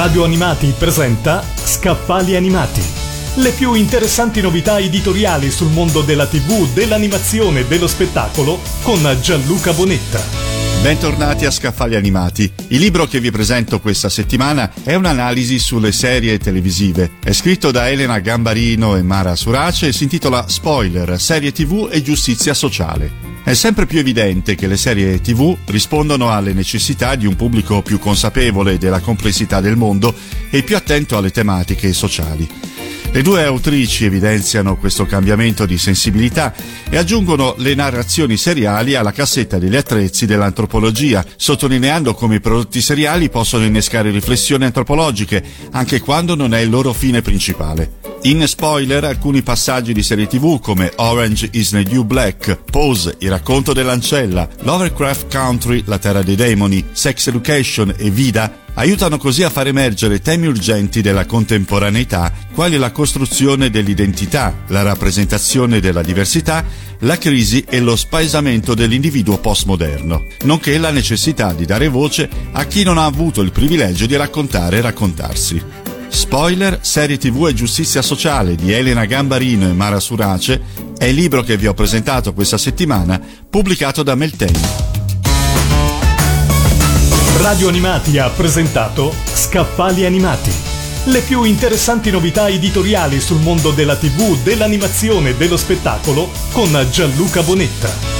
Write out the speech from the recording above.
Radio Animati presenta Scaffali Animati. Le più interessanti novità editoriali sul mondo della TV, dell'animazione e dello spettacolo con Gianluca Bonetta. Bentornati a Scaffali Animati. Il libro che vi presento questa settimana è un'analisi sulle serie televisive. È scritto da Elena Gambarino e Mara Surace e si intitola Spoiler, serie TV e giustizia sociale. È sempre più evidente che le serie TV rispondono alle necessità di un pubblico più consapevole della complessità del mondo e più attento alle tematiche sociali. Le due autrici evidenziano questo cambiamento di sensibilità e aggiungono le narrazioni seriali alla cassetta degli attrezzi dell'antropologia, sottolineando come i prodotti seriali possono innescare riflessioni antropologiche, anche quando non è il loro fine principale. In Spoiler, alcuni passaggi di serie TV come Orange is the New Black, Pose, il racconto dell'ancella, Lovecraft Country, la terra dei demoni, Sex Education e Vida aiutano così a far emergere temi urgenti della contemporaneità, quali la costruzione dell'identità, la rappresentazione della diversità, la crisi e lo spaesamento dell'individuo postmoderno, nonché la necessità di dare voce a chi non ha avuto il privilegio di raccontare e raccontarsi. Spoiler, serie TV e giustizia sociale di Elena Gambarino e Mara Surace è il libro che vi ho presentato questa settimana, pubblicato da Meltemi. Radio Animati ha presentato Scaffali Animati. Le più interessanti novità editoriali sul mondo della TV, dell'animazione e dello spettacolo con Gianluca Bonetta.